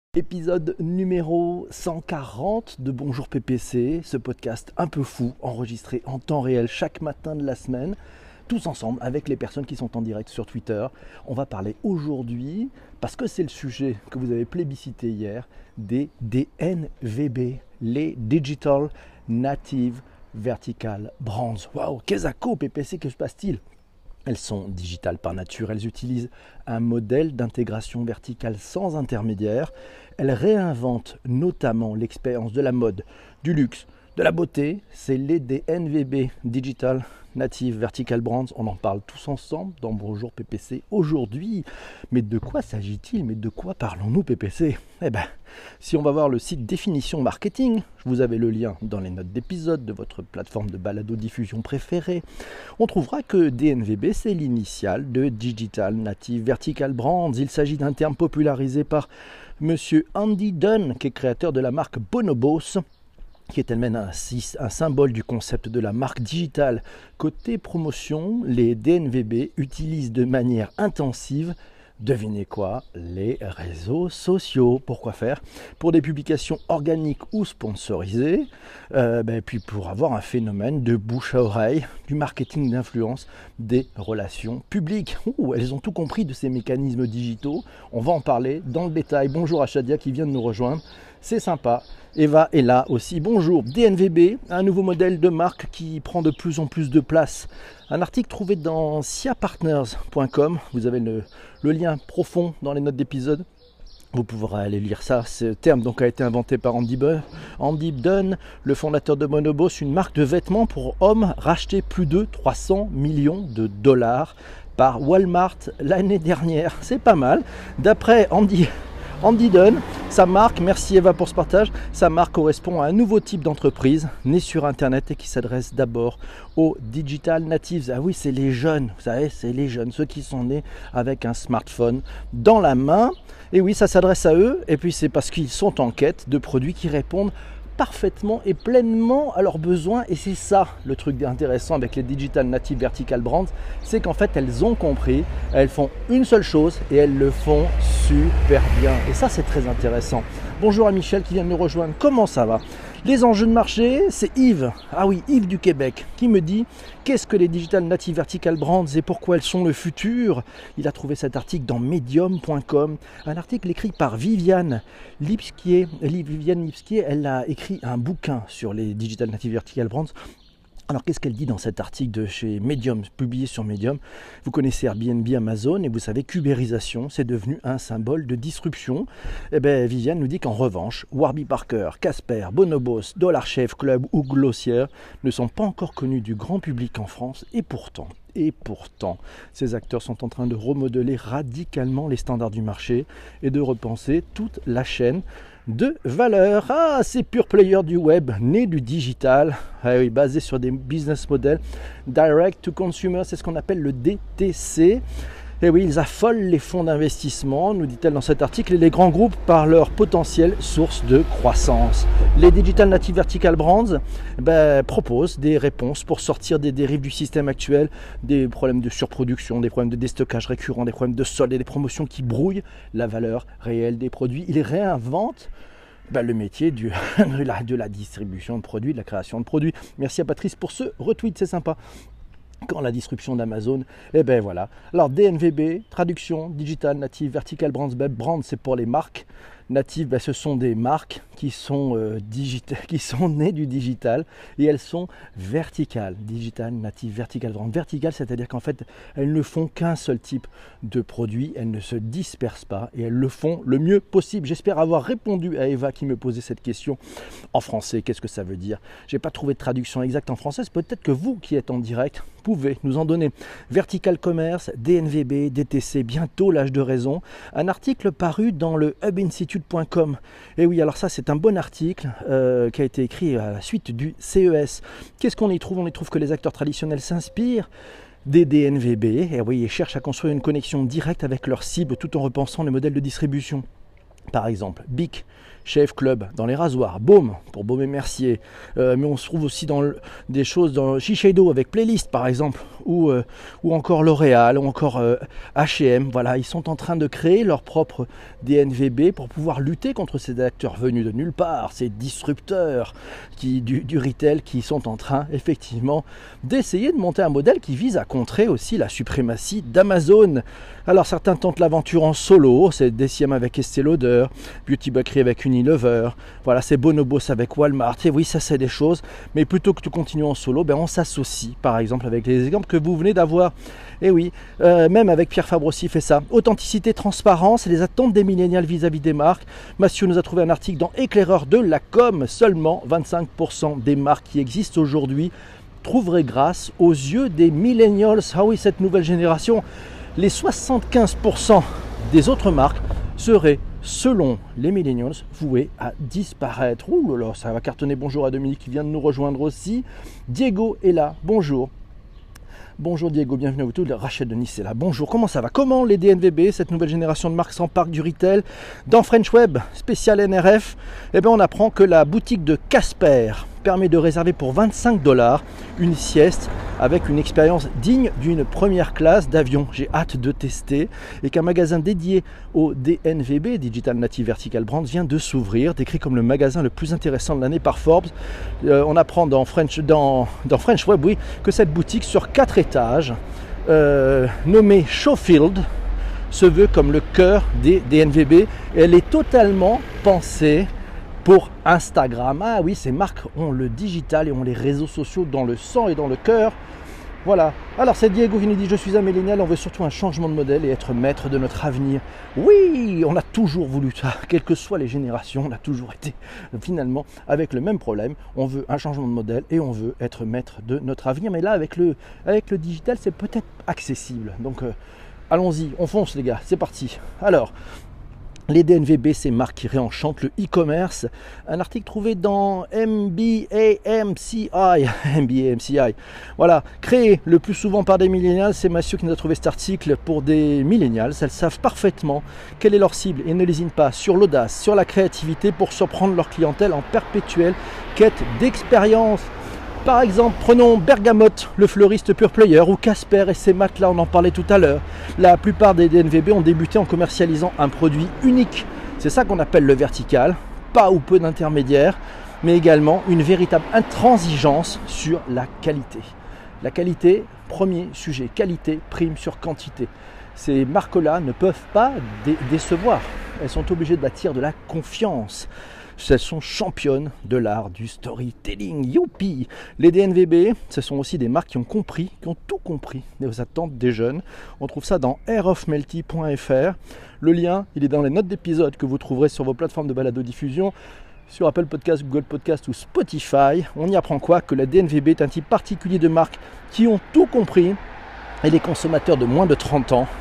Épisode numéro 140 de Bonjour PPC, ce podcast un peu fou, enregistré en temps réel chaque matin de la semaine, tous ensemble avec les personnes qui sont en direct sur Twitter. On va parler aujourd'hui, parce que c'est le sujet que vous avez plébiscité hier, des DNVB, les Digital Native Vertical Brands. Waouh, qu'est-ce PPC, que se passe-t-il ? Elles sont digitales par nature, elles utilisent un modèle d'intégration verticale sans intermédiaire. Elles réinventent notamment l'expérience de la mode, du luxe, de la beauté. C'est les DNVB, Digital Native Vertical Brands. On en parle tous ensemble dans Bonjour PPC aujourd'hui. Mais de quoi s'agit-il ? Mais de quoi parlons-nous PPC ? Eh bien, si on va voir le site Définition Marketing, vous avez le lien dans les notes d'épisode de votre plateforme de balado-diffusion préférée, on trouvera que DNVB, c'est l'initiale de Digital Native Vertical Brands. Il s'agit d'un terme popularisé par Monsieur Andy Dunn, qui est créateur de la marque Bonobos, qui est elle-même un symbole du concept de la marque digitale. Côté promotion, les DNVB utilisent de manière intensive, devinez quoi, les réseaux sociaux. Pourquoi faire ? Pour des publications organiques ou sponsorisées, puis pour avoir un phénomène de bouche à oreille, du marketing d'influence, des relations publiques. Elles ont tout compris de ces mécanismes digitaux. On va en parler dans le détail. Bonjour à Shadia qui vient de nous rejoindre. C'est sympa. Eva est là aussi. Bonjour. DNVB, un nouveau modèle de marque qui prend de plus en plus de place. Un article trouvé dans siapartners.com. Vous avez le lien profond dans les notes d'épisode. Vous pourrez aller lire ça. Ce terme donc a été inventé par Andy Dunn, le fondateur de Bonobos, une marque de vêtements pour hommes rachetée plus de 300 millions de dollars par Walmart l'année dernière. C'est pas mal. D'après Andy Dunn, sa marque, merci Eva pour ce partage, sa marque correspond à un nouveau type d'entreprise née sur Internet et qui s'adresse d'abord aux digital natives. Ah oui, c'est les jeunes, vous savez, c'est les jeunes, ceux qui sont nés avec un smartphone dans la main. Et oui, ça s'adresse à eux, et puis c'est parce qu'ils sont en quête de produits qui répondent parfaitement et pleinement à leurs besoins. Et c'est ça le truc intéressant avec les Digital Native Vertical Brands, c'est qu'en fait elles ont compris, elles font une seule chose et elles le font super bien. Et ça c'est très intéressant. Bonjour à Michel qui vient de nous rejoindre, comment ça va ? Les enjeux de marché, c'est Yves, Yves du Québec, qui me dit qu'est-ce que les Digital Native Vertical Brands et pourquoi elles sont le futur. Il a trouvé cet article dans medium.com, un article écrit par Viviane Lipskier. Viviane Lipskier, elle a écrit un bouquin sur les Digital Native Vertical Brands. Alors qu'est-ce qu'elle dit dans cet article de chez Medium, publié sur Medium ? Vous connaissez Airbnb, Amazon, et vous savez qu'ubérisation, c'est devenu un symbole de disruption. Eh bien, Viviane nous dit qu'en revanche, Warby Parker, Casper, Bonobos, Dollar Shave Club ou Glossier ne sont pas encore connus du grand public en France, et pourtant, ces acteurs sont en train de remodeler radicalement les standards du marché et de repenser toute la chaîne de valeur. Ces pure players du web, nés du digital, basés sur des business models direct to consumer, c'est ce qu'on appelle le DTC. Et oui, ils affolent les fonds d'investissement, nous dit-elle dans cet article, et les grands groupes par leur potentielle source de croissance. Les Digital Native Vertical Brands proposent des réponses pour sortir des dérives du système actuel, des problèmes de surproduction, des problèmes de déstockage récurrent, des problèmes de solde et des promotions qui brouillent la valeur réelle des produits. Ils réinventent le métier de la distribution de produits, de la création de produits. Merci à Patrice pour ce retweet, c'est sympa. Quand la disruption d'Amazon, voilà. Alors DNVB, traduction, Digital Native Vertical Brands, brand c'est pour les marques. Native, ce sont des marques qui sont nées du digital et elles sont verticales. Digital Native Vertical Brands. Verticales, c'est-à-dire qu'en fait, elles ne font qu'un seul type de produit, elles ne se dispersent pas et elles le font le mieux possible. J'espère avoir répondu à Eva qui me posait cette question en français. Qu'est-ce que ça veut dire ? Je n'ai pas trouvé de traduction exacte en français. Peut-être que vous qui êtes en direct pouvez nous en donner. Vertical Commerce, DNVB, DTC, bientôt l'âge de raison. Un article paru dans le hubinstitute.com. Et oui, alors ça c'est un bon article qui a été écrit à la suite du CES. Qu'est-ce qu'on y trouve ? On y trouve que les acteurs traditionnels s'inspirent des DNVB et cherchent à construire une connexion directe avec leur cible tout en repensant les modèles de distribution. Par exemple, Bic, Shave Club, dans les rasoirs, Baume, pour Baume et Mercier, mais on se trouve aussi dans des choses dans Shiseido avec Playlist par exemple, ou encore L'Oréal, ou encore H&M, voilà, ils sont en train de créer leur propre DNVB pour pouvoir lutter contre ces acteurs venus de nulle part, ces disrupteurs du retail qui sont en train effectivement d'essayer de monter un modèle qui vise à contrer aussi la suprématie d'Amazon. Alors certains tentent l'aventure en solo, c'est DCM avec Estée Lauder, Beauty Bakery avec Unilever, voilà, c'est Bonobos avec Walmart, et oui, ça c'est des choses, mais plutôt que de continuer en solo, on s'associe par exemple avec les exemples que vous venez d'avoir. Et oui, même avec Pierre Fabre aussi fait ça. Authenticité, transparence et les attentes des millénials vis-à-vis des marques. Mathieu nous a trouvé un article dans Éclaireur de la com, seulement 25% des marques qui existent aujourd'hui trouveraient grâce aux yeux des millennials. Ah oui, cette nouvelle génération, les 75% des autres marques seraient, selon les millennials, vouées à disparaître. Ouh là là, ça va cartonner. Bonjour à Dominique qui vient de nous rejoindre aussi. Diego est là, bonjour. Bonjour Diego, bienvenue à vous tous. Rachel de Nice est là. Bonjour, comment ça va? Comment les DNVB, cette nouvelle génération de marques s'emparent du retail? Dans French Web, spécial NRF, on apprend que la boutique de Casper permet de réserver pour 25 $ une sieste avec une expérience digne d'une première classe d'avion. J'ai hâte de tester. Et qu'un magasin dédié au DNVB, Digital Native Vertical Brands, vient de s'ouvrir, décrit comme le magasin le plus intéressant de l'année par Forbes. On apprend dans French Web, oui, que cette boutique sur 4 étages, nommée Showfield, se veut comme le cœur des DNVB. Et elle est totalement pensée pour Instagram. Ah oui, ces marques ont le digital et ont les réseaux sociaux dans le sang et dans le cœur. Voilà. Alors c'est Diego qui nous dit: je suis un millénial, on veut surtout un changement de modèle et être maître de notre avenir. Oui, on a toujours voulu ça, quelles que soient les générations, on a toujours été finalement avec le même problème. On veut un changement de modèle et on veut être maître de notre avenir. Mais là, avec le digital, c'est peut-être accessible. Donc allons-y, on fonce les gars, c'est parti. Alors, les DNVB, ces marques qui réenchantent le e-commerce. Un article trouvé dans MBAMCI. Voilà, créé le plus souvent par des millennials. C'est Mathieu qui nous a trouvé cet article pour des millennials. Elles savent parfaitement quelle est leur cible et ne lésinent pas sur l'audace, sur la créativité pour surprendre leur clientèle en perpétuelle quête d'expérience. Par exemple, prenons Bergamote, le fleuriste pure player, ou Casper et ses matelas, on en parlait tout à l'heure. La plupart des DNVB ont débuté en commercialisant un produit unique. C'est ça qu'on appelle le vertical, pas ou peu d'intermédiaires, mais également une véritable intransigeance sur la qualité. La qualité, premier sujet, qualité prime sur quantité. Ces marques-là ne peuvent pas décevoir. Elles sont obligées de bâtir de la confiance. Elles sont championnes de l'art du storytelling. Youpi! Les DNVB, ce sont aussi des marques qui ont tout compris aux attentes des jeunes. On trouve ça dans airofmelty.fr. Le lien, il est dans les notes d'épisode que vous trouverez sur vos plateformes de balado-diffusion, sur Apple Podcast, Google Podcast ou Spotify. On y apprend quoi? Que la DNVB est un type particulier de marques qui ont tout compris, et les consommateurs de moins de 30 ans.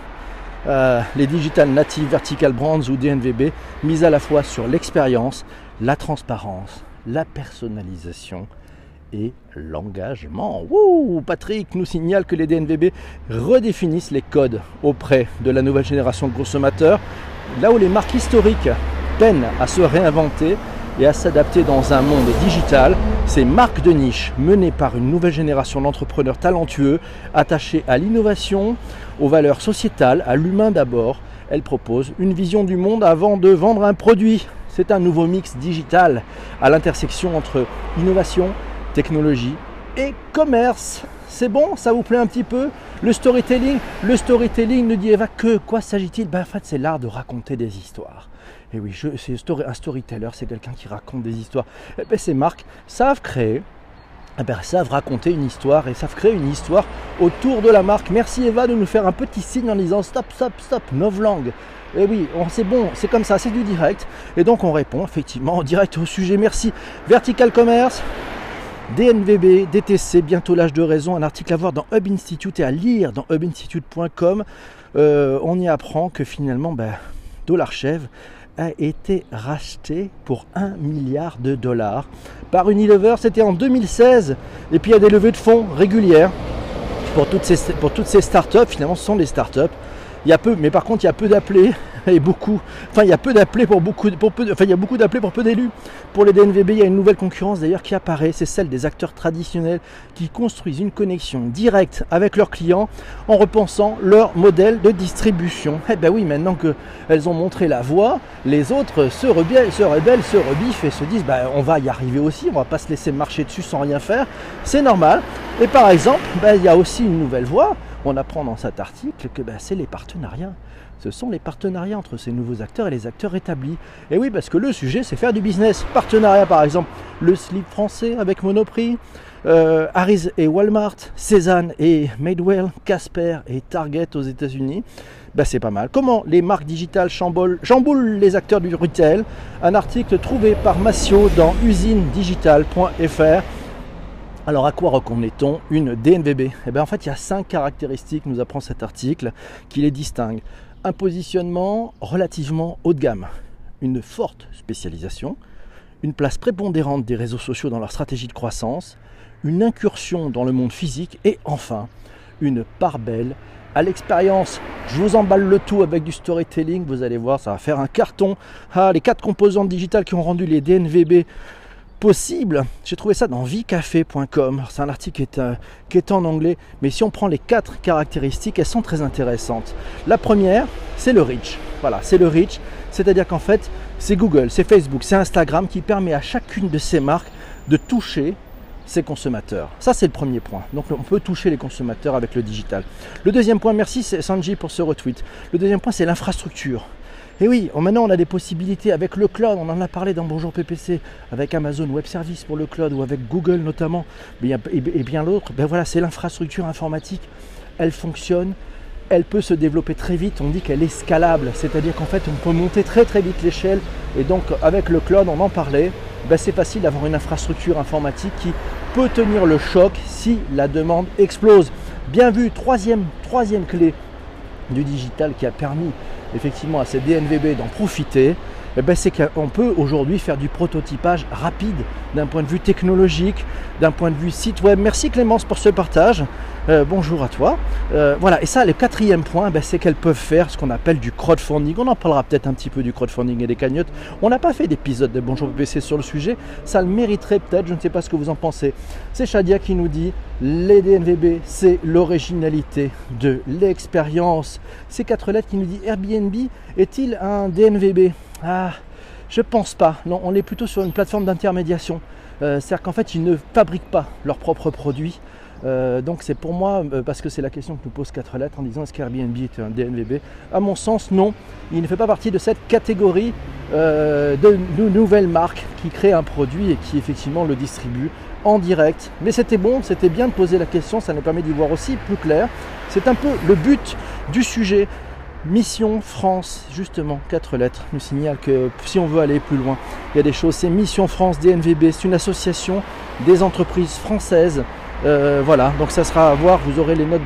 Les Digital Native Vertical Brands ou DNVB, mis à la fois sur l'expérience, la transparence, la personnalisation et l'engagement. Wouh, Patrick nous signale que les DNVB redéfinissent les codes auprès de la nouvelle génération de consommateurs, là où les marques historiques peinent à se réinventer et à s'adapter dans un monde digital. Ces marques de niche menées par une nouvelle génération d'entrepreneurs talentueux, attachés à l'innovation, aux valeurs sociétales, à l'humain d'abord. Elles proposent une vision du monde avant de vendre un produit. C'est un nouveau mix digital à l'intersection entre innovation, technologie et commerce. C'est bon, ça vous plaît un petit peu? Le storytelling ne dit Eva que quoi s'agit-il? En fait, c'est l'art de raconter des histoires. Et oui, un storyteller, c'est quelqu'un qui raconte des histoires. Et bien, ces marques savent créer, savent raconter une histoire et savent créer une histoire autour de la marque. Merci Eva de nous faire un petit signe en disant stop, novlangue. Et oui, c'est bon, c'est comme ça, c'est du direct. Et donc on répond effectivement en direct au sujet. Merci. Vertical Commerce, DNVB, DTC, bientôt l'âge de raison. Un article à voir dans Hub Institute et à lire dans hubinstitute.com. On y apprend que finalement, Dollar Shave a été racheté pour $1 milliard par Unilever. C'était en 2016. Et puis il y a des levées de fonds régulières pour toutes ces startups. Finalement, ce sont des startups. Mais par contre, il y a peu d'appelés. et beaucoup, enfin il y a peu d'appelés pour beaucoup, enfin il y a beaucoup d'appelés pour peu d'élus. Pour les DNVB, il y a une nouvelle concurrence d'ailleurs qui apparaît, c'est celle des acteurs traditionnels qui construisent une connexion directe avec leurs clients en repensant leur modèle de distribution. Eh ben oui, maintenant qu'elles ont montré la voie, les autres se rebellent, se rebiffent et se disent on va y arriver aussi, on va pas se laisser marcher dessus sans rien faire, c'est normal. Et par exemple, il y a aussi une nouvelle voie. On apprend dans cet article que c'est les partenariats. Ce sont les partenariats entre ces nouveaux acteurs et les acteurs établis. Et oui, parce que le sujet, c'est faire du business. Partenariat, par exemple, le slip français avec Monoprix, Harry's et Walmart, Cézanne et Madewell, Casper et Target aux États-Unis. C'est pas mal. Comment les marques digitales chamboulent les acteurs du retail. Un article trouvé par Massio dans usinedigital.fr. Alors à quoi reconnaît-on une DNVB ? En fait, il y a 5 caractéristiques, nous apprend cet article, qui les distinguent. Un positionnement relativement haut de gamme, une forte spécialisation, une place prépondérante des réseaux sociaux dans leur stratégie de croissance, une incursion dans le monde physique et enfin, une part belle à l'expérience. Je vous emballe le tout avec du storytelling, vous allez voir, ça va faire un carton. Les 4 composantes digitales qui ont rendu les DNVB possible. J'ai trouvé ça dans vicafé.com. C'est un article qui est en anglais, mais si on prend les 4 caractéristiques, elles sont très intéressantes. La première, c'est le reach. Voilà, c'est le reach, c'est-à-dire qu'en fait, c'est Google, c'est Facebook, c'est Instagram qui permet à chacune de ces marques de toucher ses consommateurs. Ça, c'est le premier point. Donc, on peut toucher les consommateurs avec le digital. Le deuxième point, merci Sanji pour ce retweet. Le deuxième point, c'est l'infrastructure. Et oui, maintenant on a des possibilités avec le cloud, on en a parlé dans Bonjour PPC, avec Amazon Web Services pour le cloud ou avec Google notamment, et bien d'autres. Voilà, c'est l'infrastructure informatique, elle fonctionne, elle peut se développer très vite, on dit qu'elle est scalable, c'est-à-dire qu'en fait on peut monter très très vite l'échelle et donc avec le cloud, on en parlait, c'est facile d'avoir une infrastructure informatique qui peut tenir le choc si la demande explose. Bien vu, troisième clé du digital qui a permis effectivement à ces DNVB d'en profiter, c'est qu'on peut aujourd'hui faire du prototypage rapide d'un point de vue technologique, d'un point de vue site web. Merci Clémence pour ce partage. Bonjour à toi. Voilà, et ça, le 4e point, c'est qu'elles peuvent faire ce qu'on appelle du crowdfunding. On en parlera peut-être un petit peu du crowdfunding et des cagnottes. On n'a pas fait d'épisode de Bonjour PPC sur le sujet. Ça le mériterait peut-être, je ne sais pas ce que vous en pensez. C'est Shadia qui nous dit les DNVB, c'est l'originalité de l'expérience. Ces 4 lettres qui nous dit Airbnb est-il un DNVB ? Je pense pas. Non, on est plutôt sur une plateforme d'intermédiation. C'est-à-dire qu'en fait, ils ne fabriquent pas leurs propres produits. Donc c'est pour moi, parce que c'est la question que nous pose 4 lettres en disant est-ce qu'Airbnb est un DNVB ? À mon sens, non. Il ne fait pas partie de cette catégorie de nouvelles marques qui créent un produit et qui effectivement le distribuent en direct. Mais c'était bon, c'était bien de poser la question, ça nous permet d'y voir aussi plus clair. C'est un peu le but du sujet. Mission France, justement, 4 lettres, nous signale que si on veut aller plus loin, il y a des choses. C'est Mission France DNVB, c'est une association des entreprises françaises. Voilà, donc ça sera à voir, vous aurez les notes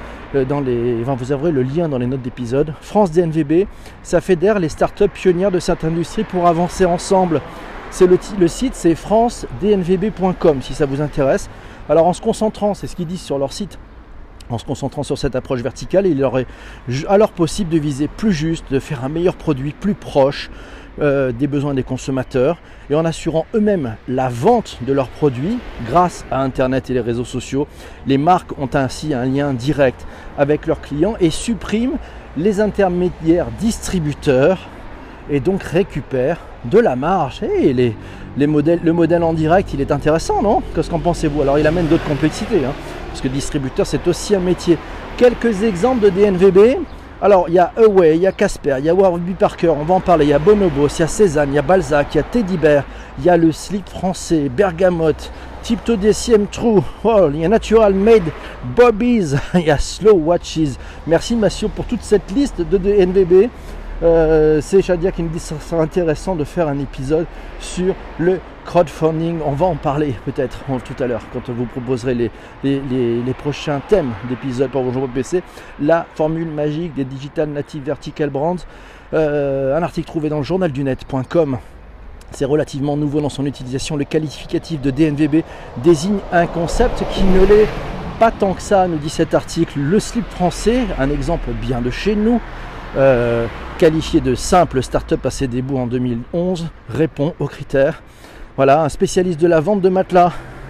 vous aurez le lien dans les notes d'épisode. France DNVB, ça fédère les startups pionnières de cette industrie pour avancer ensemble. C'est le site, c'est francednvb.com si ça vous intéresse. Alors en se concentrant, c'est ce qu'ils disent sur leur site, en se concentrant sur cette approche verticale, il leur est alors possible de viser plus juste, de faire un meilleur produit plus proche des besoins des consommateurs et en assurant eux-mêmes la vente de leurs produits grâce à Internet et les réseaux sociaux. Les marques ont ainsi un lien direct avec leurs clients et suppriment les intermédiaires distributeurs et donc récupèrent de la marge. Et le modèle en direct, il est intéressant, non ? Qu'est-ce qu'en pensez-vous ? Alors il amène d'autres complexités, parce que distributeur, c'est aussi un métier. Quelques exemples de DNVB. Alors, il y a Away, il y a Casper, il y a Warby Parker, on va en parler. Il y a Bonobos, il y a Cézanne, il y a Balzac, il y a Teddy Bear, il y a le slip français, Bergamote, Tipto DCM True, il y a Natural Made, Bobby's, il y a Slow Watches. Merci Massio pour toute cette liste de DNVB. C'est Shadia qui me dit que ça serait intéressant de faire un épisode sur le crowdfunding. On va en parler peut-être tout à l'heure quand vous proposerez les prochains thèmes d'épisodes pour Bonjour PPC. La formule magique des Digital Native Vertical Brands. Un article trouvé dans le journaldunet.com. C'est relativement nouveau dans son utilisation. Le qualificatif de DNVB désigne un concept qui ne l'est pas tant que ça, nous dit cet article. Le slip français, un exemple bien de chez nous. qualifié de simple start-up à ses débuts en 2011, répond aux critères. Voilà, un spécialiste de la vente de matelas.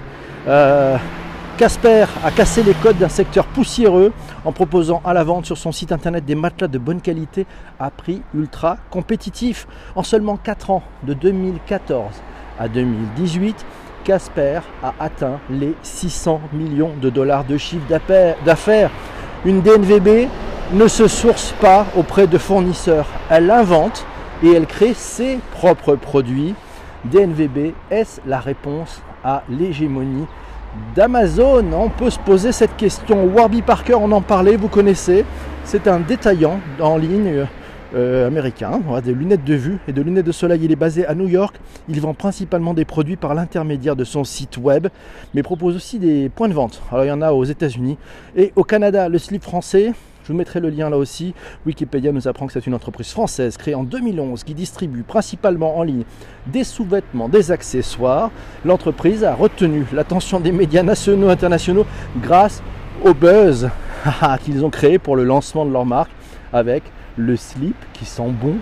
Casper a cassé les codes d'un secteur poussiéreux en proposant à la vente sur son site internet des matelas de bonne qualité à prix ultra compétitif. En seulement 4 ans, de 2014 à 2018, Casper a atteint les 600 millions de dollars de chiffre d'affaires. Une DNVB ne se source pas auprès de fournisseurs, elle invente et elle crée ses propres produits. DNVB, est-ce la réponse à l'hégémonie d'Amazon? On peut se poser cette question. Warby Parker, on en parlait, vous connaissez. C'est un détaillant en ligne américain, des lunettes de vue et de lunettes de soleil. Il est basé à New York. Il vend principalement des produits par l'intermédiaire de son site web, mais propose aussi des points de vente. Alors il y en a aux États-Unis et au Canada. Le slip français, je vous mettrai le lien là aussi. Wikipédia nous apprend que c'est une entreprise française créée en 2011 qui distribue principalement en ligne des sous-vêtements, des accessoires. L'entreprise a retenu l'attention des médias nationaux et internationaux grâce au buzz qu'ils ont créé pour le lancement de leur marque avec le slip qui sent bon.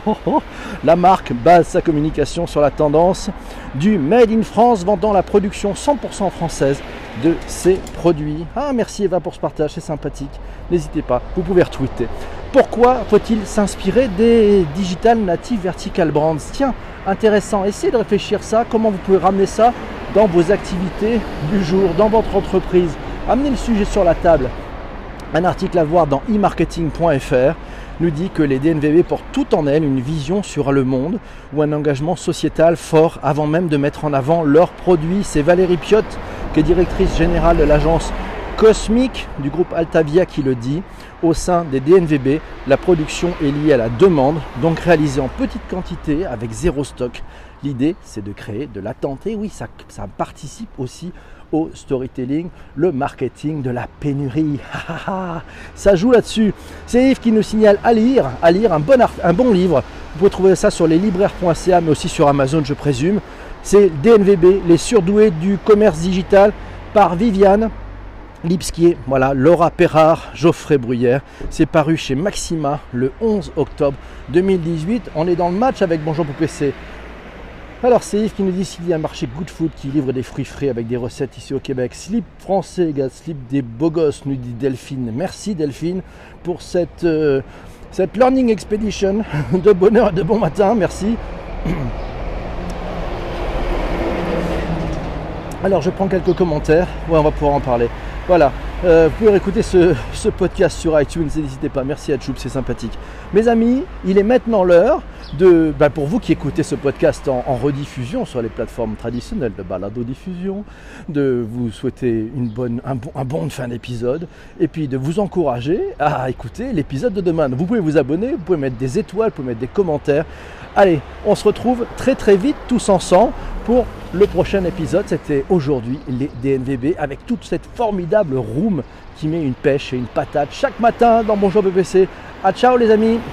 La marque base sa communication sur la tendance du Made in France, vendant la production 100% française de ses produits. Merci Eva pour ce partage, c'est sympathique. N'hésitez pas, vous pouvez retweeter. Pourquoi faut-il s'inspirer des Digital Native Vertical Brands? Tiens, intéressant, essayez de réfléchir ça, comment vous pouvez ramener ça dans vos activités du jour, dans votre entreprise. Amenez le sujet sur la table. Un article à voir dans e-marketing.fr nous dit que les DNVB portent tout en elles une vision sur le monde ou un engagement sociétal fort avant même de mettre en avant leurs produits. C'est Valérie Piotte, qui est directrice générale de l'agence Cosmic du groupe Altavia, qui le dit. Au sein des DNVB, la production est liée à la demande, donc réalisée en petite quantité avec zéro stock. L'idée, c'est de créer de l'attente. Et oui, ça participe aussi au storytelling, le marketing de la pénurie. Ça joue là-dessus. C'est Yves qui nous signale à lire un bon livre. Vous pouvez trouver ça sur leslibraires.ca, mais aussi sur Amazon, je présume. C'est DNVB, les surdoués du commerce digital, par Viviane Lipskier, voilà, Laura Perrard, Geoffrey Bruyère. C'est paru chez Maxima le 11 octobre 2018. On est dans le match avec Bonjour PPC. Alors c'est Yves qui nous dit s'il y a un marché Good Food qui livre des fruits frais avec des recettes ici au Québec. Slip français égale slip des beaux gosses, nous dit Delphine. Merci Delphine pour cette Learning Expedition de bonheur et de bon matin. Merci. Alors je prends quelques commentaires. Ouais, on va pouvoir en parler. Voilà, vous pouvez réécouter ce podcast sur iTunes, n'hésitez pas. Merci à Tchoub, c'est sympathique. Mes amis, il est maintenant l'heure de, pour vous qui écoutez ce podcast en rediffusion sur les plateformes traditionnelles de balado-diffusion, de vous souhaiter un bon fin d'épisode et puis de vous encourager à écouter l'épisode de demain. Vous pouvez vous abonner, vous pouvez mettre des étoiles, vous pouvez mettre des commentaires. Allez, on se retrouve très très vite tous ensemble pour le prochain épisode. C'était aujourd'hui les DNVB avec toute cette formidable room qui met une pêche et une patate chaque matin dans Bonjour PPC. Ciao les amis.